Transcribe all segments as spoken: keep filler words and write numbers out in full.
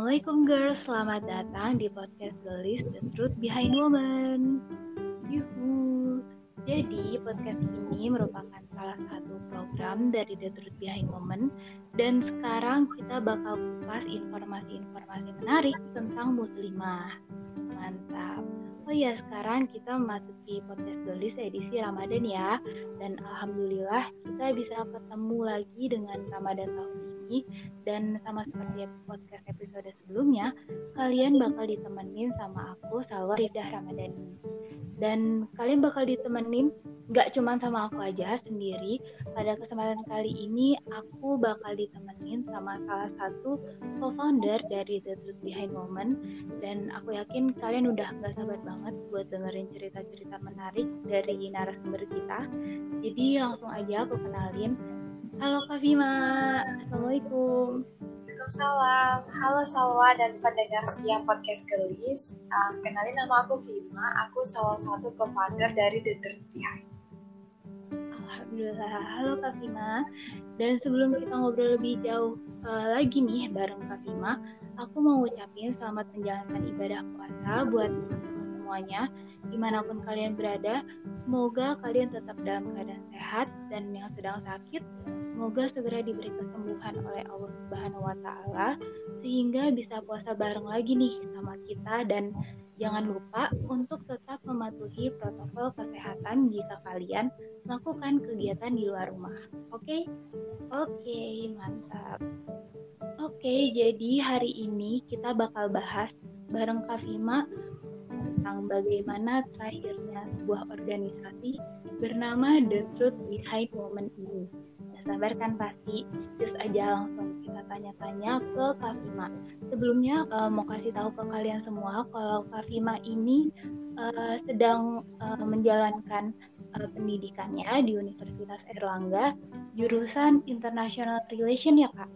Assalamualaikum girls, selamat datang di podcast Gelis The Truth Behind Woman. Yuhu. Jadi podcast ini merupakan salah satu program dari The Truth Behind Woman. Dan sekarang kita bakal kupas informasi-informasi menarik tentang muslimah. Mantap. Oh ya, sekarang kita memasuki podcast Gelis edisi Ramadan ya. Dan alhamdulillah kita bisa ketemu lagi dengan Ramadan tahun ini. Dan sama seperti podcast episode sebelumnya, kalian bakal ditemenin sama aku, Salwa Ridah Ramadhani. Dan kalian bakal ditemenin gak cuma sama aku aja sendiri. Pada kesempatan kali ini aku bakal ditemenin sama salah satu co-founder dari The Truth Behind Woman. Dan aku yakin kalian udah gak sabar banget buat dengerin cerita-cerita menarik dari narasumber kita. Jadi langsung aja aku kenalin. Halo Kak Vima, Assalamualaikum. Waalaikumsalam. Halo Salwa dan pendengar setia podcast Gelis. Um, kenalin nama aku Vima. Aku salah satu co-founder dari The Truth Behind. Alhamdulillah. Halo Kak Vima. Dan sebelum kita ngobrol lebih jauh uh, lagi nih bareng Kak Vima, aku mau ngucapin selamat menjalankan ibadah puasa buat teman-teman semuanya dimanapun kalian berada. Semoga kalian tetap dalam keadaan sehat, dan yang sedang sakit semoga segera diberi kesembuhan oleh Allah Subhanahu wa Ta'ala sehingga bisa puasa bareng lagi nih sama kita. Dan jangan lupa untuk tetap mematuhi protokol kesehatan jika kalian melakukan kegiatan di luar rumah. Oke? Okay? Oke, okay, mantap. Oke, okay, jadi hari ini kita bakal bahas bareng Kak Vima tentang bagaimana terakhirnya sebuah organisasi bernama The Truth Behind Woman ini. Sabar kan pasti, terus aja langsung kita tanya-tanya ke Kak Vima. Sebelumnya uh, mau kasih tahu ke kalian semua kalau Kak Vima ini uh, sedang uh, menjalankan uh, pendidikannya di Universitas Airlangga, jurusan International Relation ya Kak?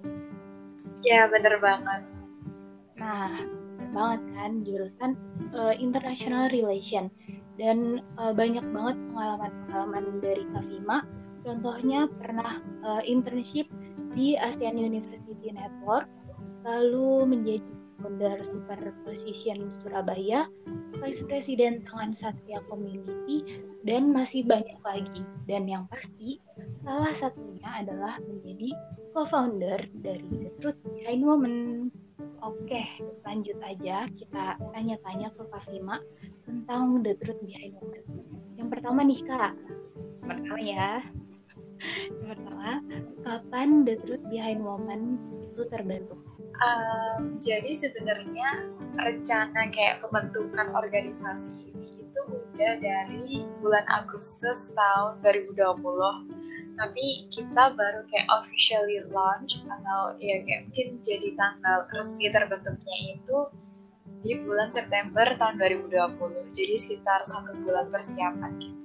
Ya bener banget. Nah, bener banget kan jurusan uh, International Relation. Dan uh, banyak banget pengalaman-pengalaman dari Kak Vima. Contohnya pernah uh, internship di ASEAN University Network, lalu menjadi founder Superposition Surabaya, Vice President Tangan Satria Community, dan masih banyak lagi. Dan yang pasti, salah satunya adalah menjadi co-founder dari The Truth Behind Woman. Oke, lanjut aja kita tanya-tanya ke Kak Vima tentang The Truth Behind Woman. Yang pertama nih Kak, pertama ya. Yang pertama, kapan The Truth Behind Woman itu terbentuk? Um, jadi sebenarnya rencana kayak pembentukan organisasi ini itu udah dari bulan Agustus tahun dua ribu dua puluh. Tapi kita baru kayak officially launch atau ya kayak mungkin jadi tanggal resmi terbentuknya itu di bulan September tahun dua ribu dua puluh. Jadi sekitar satu bulan persiapan gitu.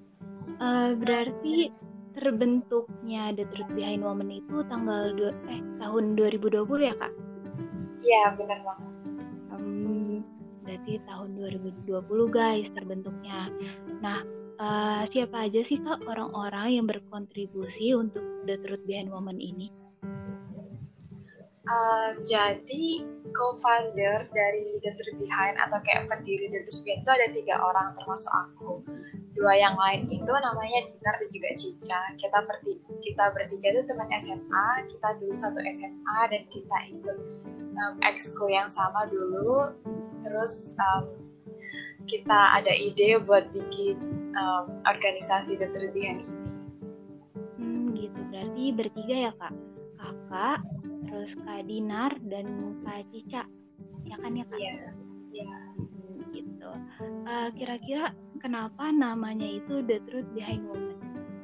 Uh, berarti terbentuknya The Truth Behind Woman itu tanggal dua, eh, tahun dua ribu dua puluh ya Kak? Iya benar banget. Um, berarti tahun dua ribu dua puluh guys terbentuknya. Nah, uh, siapa aja sih Kak orang-orang yang berkontribusi untuk The Truth Behind Woman ini? Uh, jadi co-founder dari The Truth Behind atau kayak pendiri The Truth Behind itu ada tiga orang termasuk aku. Dua yang lain itu namanya Dinar dan juga Cica. Kita bertiga, kita bertiga itu teman S M A, kita dulu satu S M A dan kita ikut um, ekskul yang sama dulu. Terus um, kita ada ide buat bikin um, organisasi The Truth Behind ini. Hmm, gitu. Berarti bertiga ya Kak? Kakak, terus Kak Dinar dan Kak Cica. Ya kan ya Kak? Iya. Yeah. Hmm, gitu. Uh, kira-kira kenapa namanya itu The Truth Behind Woman?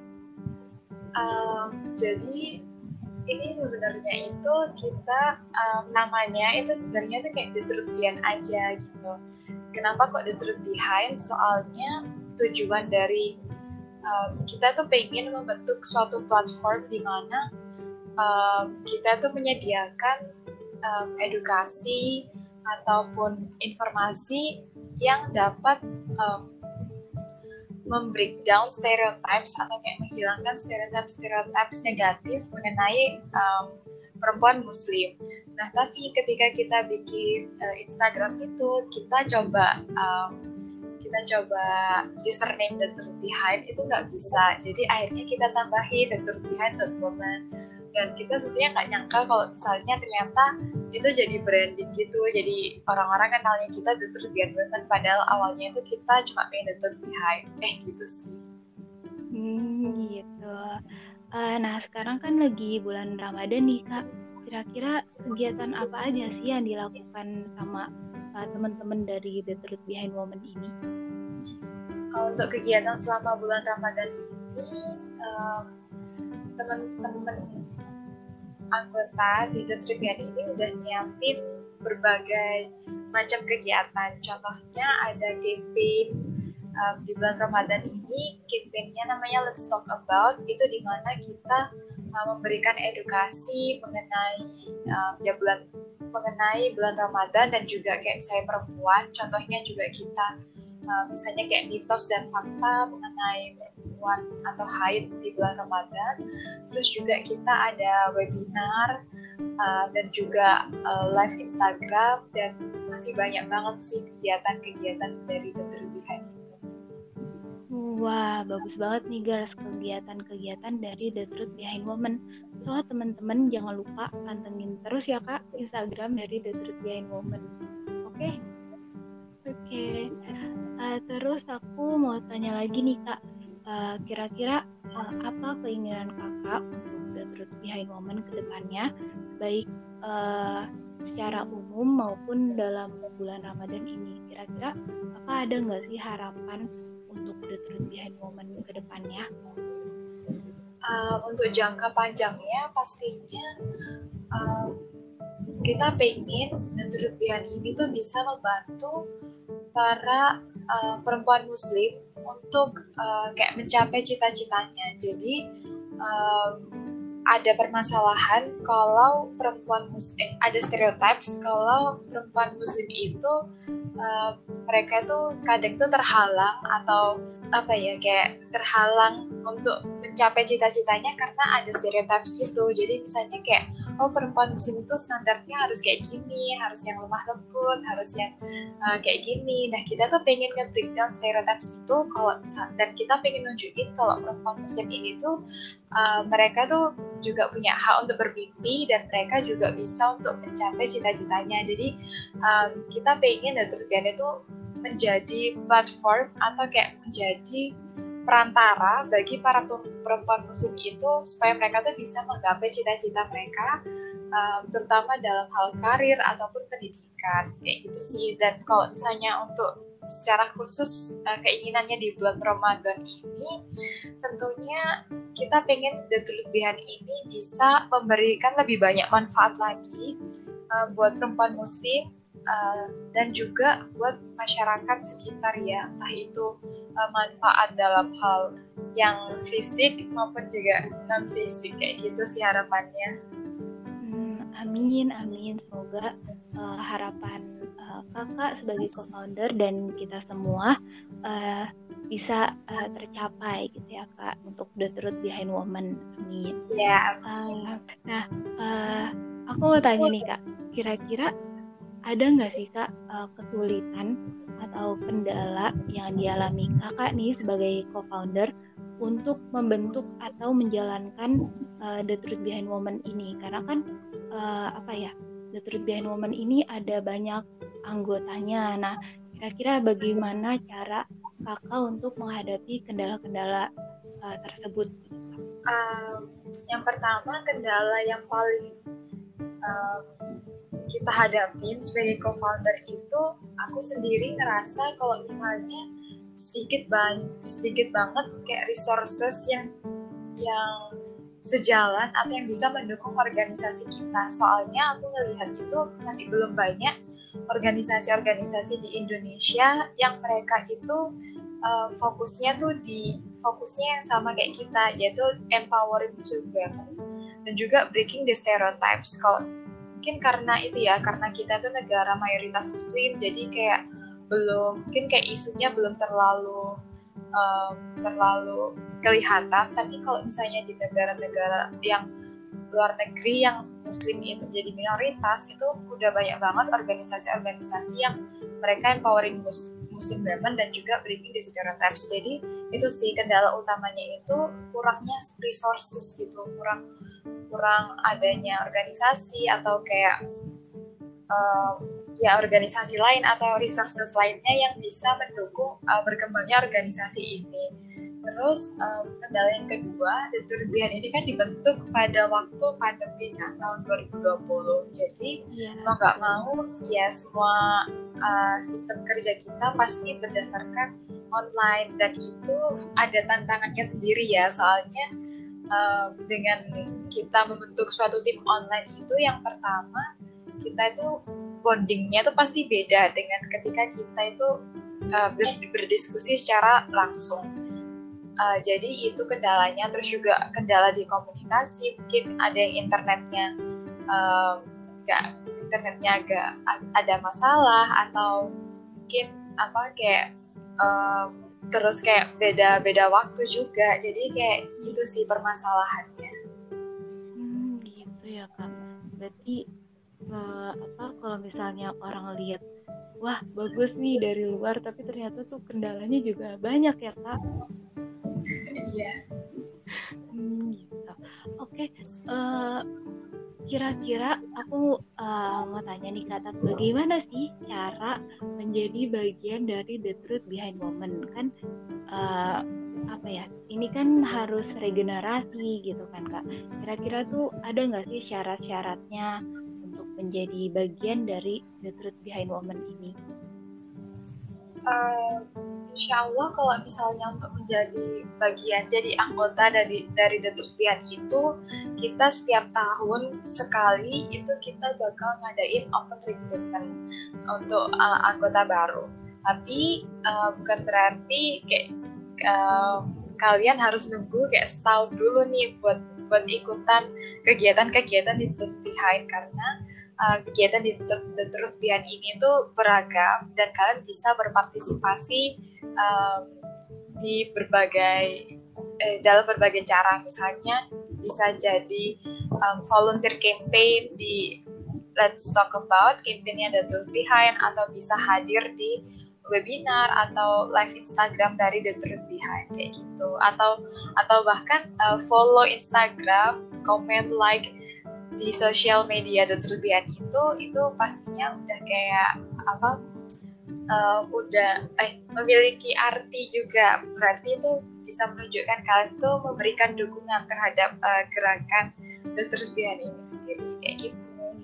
Um, jadi ini sebenarnya itu kita um, namanya itu sebenarnya tuh kayak The Truth Behind aja gitu. Kenapa kok The Truth Behind? Soalnya tujuan dari um, kita tuh pengen membentuk suatu platform di mana um, kita tuh menyediakan um, edukasi ataupun informasi yang dapat um, membreakdown stereotypes atau kayak menghilangkan stereotypes-stereotypes negatif mengenai um, perempuan muslim. Nah tapi ketika kita bikin uh, Instagram itu kita coba um, kita coba username the truth behind itu nggak bisa, jadi akhirnya kita tambahin the truth behind dot woman. Dan kita sebenarnya nggak nyangka kalau misalnya ternyata itu jadi branding gitu, jadi orang-orang kenalnya kita the truth behind women, padahal awalnya itu kita cuma pengen the truth behind eh gitu sih. Hmm gitu. Uh, nah sekarang kan lagi bulan Ramadan nih Kak, kira-kira kegiatan apa aja sih yang dilakukan sama uh, teman-teman dari The Truth Behind Women ini? Uh, untuk kegiatan selama bulan Ramadan ini, uh, teman-teman anggota di The Truth Behind ini udah nyiapin berbagai macam kegiatan. Contohnya ada campaign um, di bulan Ramadan ini, campaignnya namanya Let's Talk About, itu dimana kita uh, memberikan edukasi mengenai uh, ya bulan mengenai bulan Ramadan dan juga kayak saya perempuan. Contohnya juga kita uh, misalnya kayak mitos dan fakta mengenai perempuan atau haid di bulan Ramadan. Terus juga kita ada webinar uh, dan juga uh, live Instagram, dan masih banyak banget sih kegiatan-kegiatan dari The Truth Behind itu. Wah, bagus banget nih guys kegiatan-kegiatan dari The Truth Behind Women. So teman-teman jangan lupa pantengin terus ya Kak Instagram dari The Truth Behind Women. Oke? Okay? Oke. Okay. Uh, terus aku mau tanya lagi nih Kak, uh, kira-kira uh, apa keinginan Kakak untuk The Truth Behind Women ke depannya, baik uh, secara umum maupun dalam bulan Ramadan ini? Kira-kira Kakak ada nggak sih harapan untuk The Truth Behind Women ke depannya? Uh, untuk jangka panjangnya pastinya uh, kita pengen The Truth Behind ini tuh bisa membantu para uh, perempuan muslim untuk uh, kayak mencapai cita-citanya. Jadi um, ada permasalahan kalau perempuan muslim, ada stereotypes kalau perempuan muslim itu uh, mereka tuh kadang tuh terhalang atau apa ya kayak terhalang untuk mencapai cita-citanya karena ada stereotypes gitu. Jadi misalnya kayak oh perempuan muslim itu standarnya harus kayak gini, harus yang lemah lembut, harus yang uh, kayak gini. Nah kita tuh pengen nge-breakdown stereotypes itu kalau misalnya, dan kita pengen nunjukin kalau perempuan muslim ini tuh uh, mereka tuh juga punya hak untuk bermimpi dan mereka juga bisa untuk mencapai cita-citanya. Jadi um, kita pengen The Truth Behind itu menjadi platform atau kayak menjadi perantara bagi para perempuan muslim itu supaya mereka tuh bisa menggapai cita-cita mereka, um, terutama dalam hal karir ataupun pendidikan kayak gitu sih. Dan kalau misalnya untuk secara khusus uh, keinginannya di bulan Ramadan ini, tentunya kita pengen The Truth Behind ini bisa memberikan lebih banyak manfaat lagi uh, buat perempuan muslim uh, dan juga buat masyarakat sekitar ya, entah itu uh, manfaat dalam hal yang fisik maupun juga non fisik kayak gitu sih harapannya. Hmm, amin, amin. Semoga uh, harapan uh, kakak sebagai co-founder dan kita semua uh, bisa uh, tercapai gitu ya Kak untuk The Truth Behind Women. Amin. Ya. Yeah. Uh, nah, uh, aku mau tanya nih Kak, kira-kira ada nggak sih Kak uh, kesulitan atau kendala yang dialami Kakak nih sebagai co-founder untuk membentuk atau menjalankan uh, The Truth Behind Women ini? Karena kan uh, apa ya, The Truth Behind Women ini ada banyak anggotanya. Nah, kira-kira bagaimana cara Kakak untuk menghadapi kendala-kendala uh, tersebut? Um, yang pertama, kendala yang paling um, kita hadapin sebagai co-founder itu, aku sendiri ngerasa kalau misalnya sedikit banget, sedikit banget kayak resources yang yang sejalan atau yang bisa mendukung organisasi kita. Soalnya aku ngelihat itu masih belum banyak organisasi-organisasi di Indonesia yang mereka itu uh, fokusnya tuh di fokusnya yang sama kayak kita, yaitu empowering women dan juga breaking the stereotypes. Kalau mungkin karena itu ya, karena kita tuh negara mayoritas muslim, jadi kayak belum, mungkin kayak isunya belum terlalu um, terlalu kelihatan. Tapi kalau misalnya di negara-negara yang luar negeri yang muslim itu menjadi minoritas, itu udah banyak banget organisasi-organisasi yang mereka empowering mus- muslim women dan juga breaking the stereotypes. Jadi itu sih kendala utamanya, itu kurangnya resources gitu, kurang kurang adanya organisasi atau kayak uh, ya organisasi lain atau resources lainnya yang bisa mendukung uh, berkembangnya organisasi ini. Terus um, kendala yang kedua, The Truth Behind ini kan dibentuk pada waktu pandemi kan, tahun dua ribu dua puluh. Jadi yeah. mau nggak mau ya semua uh, sistem kerja kita pasti berdasarkan online, dan itu ada tantangannya sendiri ya. Soalnya uh, dengan kita membentuk suatu tim online itu, yang pertama kita itu bondingnya tuh pasti beda dengan ketika kita itu uh, ber- berdiskusi secara langsung. Uh, jadi itu kendalanya. Terus juga kendala di komunikasi, mungkin ada yang internetnya uh, gak, internetnya agak ada masalah, atau mungkin apa kayak uh, terus kayak beda-beda waktu juga. Jadi kayak itu sih permasalahannya. Hmm, gitu ya Kak. Berarti uh, apa kalau misalnya orang lihat, wah bagus nih dari luar, tapi ternyata tuh kendalanya juga banyak ya Kak. Iya. Hmm, gitu. Oke, uh, kira-kira aku uh, mau tanya nih Kak, bagaimana sih cara menjadi bagian dari The Truth Behind Women? Kan uh, apa ya? Ini kan harus regenerasi gitu kan Kak. Kira-kira tuh ada nggak sih syarat-syaratnya untuk menjadi bagian dari The Truth Behind Women ini? Uh, Insya Allah kalau misalnya untuk menjadi bagian, jadi anggota dari dari The Truth Behind itu, kita setiap tahun sekali itu kita bakal ngadain open recruitment untuk uh, anggota baru. Tapi uh, bukan berarti kayak uh, kalian harus nunggu kayak setahun dulu nih buat buat ikutan kegiatan-kegiatan di The Truth Behind, karena Uh, kegiatan di The Truth Behind ini tuh beragam dan kalian bisa berpartisipasi um, di berbagai eh, dalam berbagai cara. Misalnya bisa jadi um, volunteer campaign di Let's Talk About, campaignnya The Truth Behind, atau bisa hadir di webinar atau live Instagram dari The Truth Behind kayak gitu, atau atau bahkan uh, follow Instagram, comment, like di sosial media The Truth Behind itu, itu pastinya udah kayak apa uh, udah eh memiliki arti juga. Berarti itu bisa menunjukkan kalian tuh memberikan dukungan terhadap uh, gerakan The Truth Behind ini sendiri kayak gitu.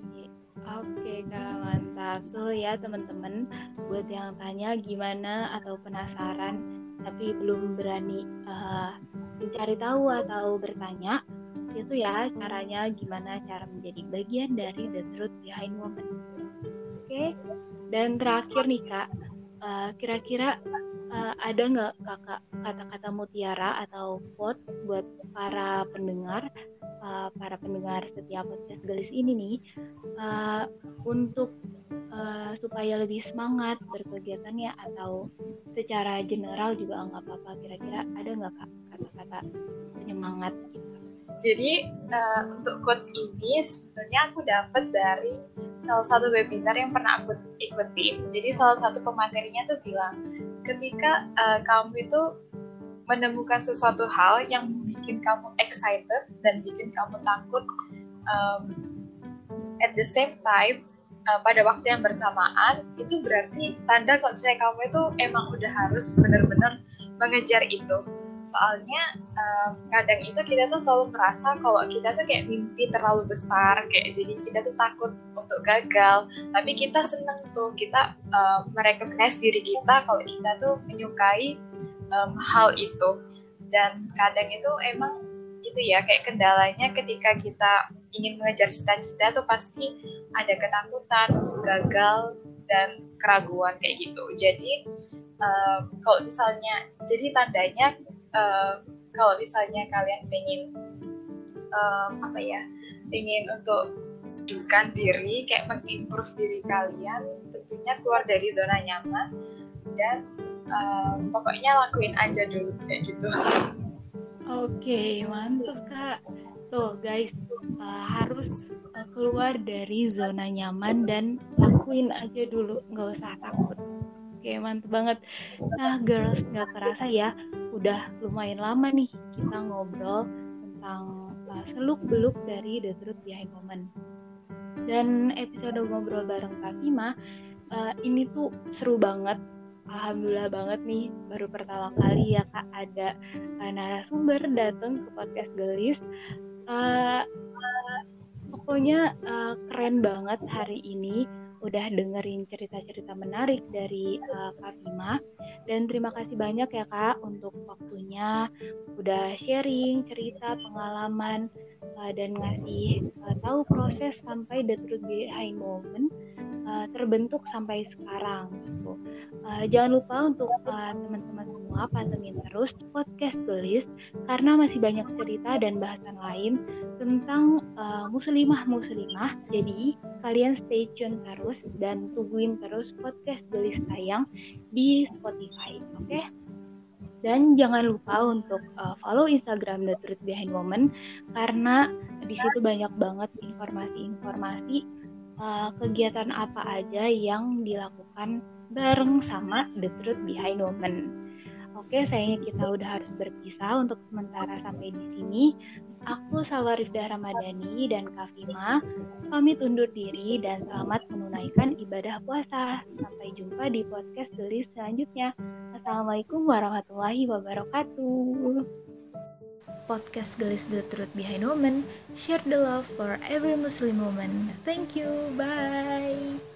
Oke Kak, mantap tuh ya teman-teman. Buat yang tanya gimana atau penasaran tapi belum berani uh, mencari tahu atau bertanya, itu ya caranya gimana cara menjadi bagian dari The Truth Behind Women. Oke, dan terakhir nih Kak, uh, kira-kira uh, ada nggak Kakak kata-kata mutiara atau quote buat para pendengar, uh, para pendengar setiap podcast Gelis ini nih, uh, untuk uh, supaya lebih semangat berkegiatannya, atau secara general juga nggak apa-apa. Kira-kira ada nggak Kak kata-kata penyemangat gitu? Jadi uh, untuk quotes ini sebenarnya aku dapat dari salah satu webinar yang pernah aku ikuti. Jadi salah satu pematerinya tuh bilang, ketika uh, kamu itu menemukan sesuatu hal yang bikin kamu excited dan bikin kamu takut um, at the same time, uh, pada waktu yang bersamaan, itu berarti tanda kalau misalnya kamu itu emang udah harus benar-benar mengejar itu. Soalnya um, kadang itu kita tuh selalu merasa kalau kita tuh kayak mimpi terlalu besar, kayak jadi kita tuh takut untuk gagal, tapi kita seneng tuh kita um, merecognize diri kita kalau kita tuh menyukai um, hal itu. Dan kadang itu emang itu ya kayak kendalanya ketika kita ingin mengejar cita-cita tuh pasti ada ketakutan, gagal, dan keraguan kayak gitu. Jadi um, kalau misalnya jadi tandanya Uh, kalau misalnya kalian pengen um, apa ya, pengen untuk menunjukkan diri, kayak mengimprove diri kalian, tentunya keluar dari zona nyaman dan um, pokoknya lakuin aja dulu kayak gitu. Oke, mantap Kak. Tuh guys, uh, harus uh, keluar dari zona nyaman dan lakuin aja dulu, nggak usah takut. Oke, mantep banget. Nah girls, nggak kerasa ya, udah lumayan lama nih kita ngobrol tentang uh, seluk-beluk dari The Truth Behind Women. Dan episode ngobrol bareng Kak Fima uh, ini tuh seru banget. Alhamdulillah banget nih, baru pertama kali ya Kak ada uh, narasumber datang ke podcast Gelis. Uh, pokoknya uh, keren banget hari ini udah dengerin cerita-cerita menarik dari uh, Kak Fima. Dan terima kasih banyak ya Kak untuk waktunya, udah sharing cerita, pengalaman, uh, dan ngasih uh, tahu proses sampai The Truth Behind Women uh, terbentuk sampai sekarang gitu. Uh, jangan lupa untuk uh, teman-teman semua pantengin terus podcast Gelis karena masih banyak cerita dan bahasan lain tentang uh, muslimah-muslimah. Jadi kalian stay tune terus dan tungguin terus podcast Gelis tayang di Spotify, oke? Okay? Dan jangan lupa untuk uh, follow Instagram The Truth Behind Women karena di situ banyak banget informasi-informasi uh, kegiatan apa aja yang dilakukan bareng sama The Truth Behind Women. Oke, sayangnya kita udah harus berpisah untuk sementara sampai di sini. Aku Salwa Rifdah Ramadhani dan Kak Fima pamit undur diri dan selamat menunaikan ibadah puasa. Sampai jumpa di podcast Gelis selanjutnya. Assalamualaikum warahmatullahi wabarakatuh. Podcast Gelis The Truth Behind Women, share the love for every Muslim woman. Thank you, bye.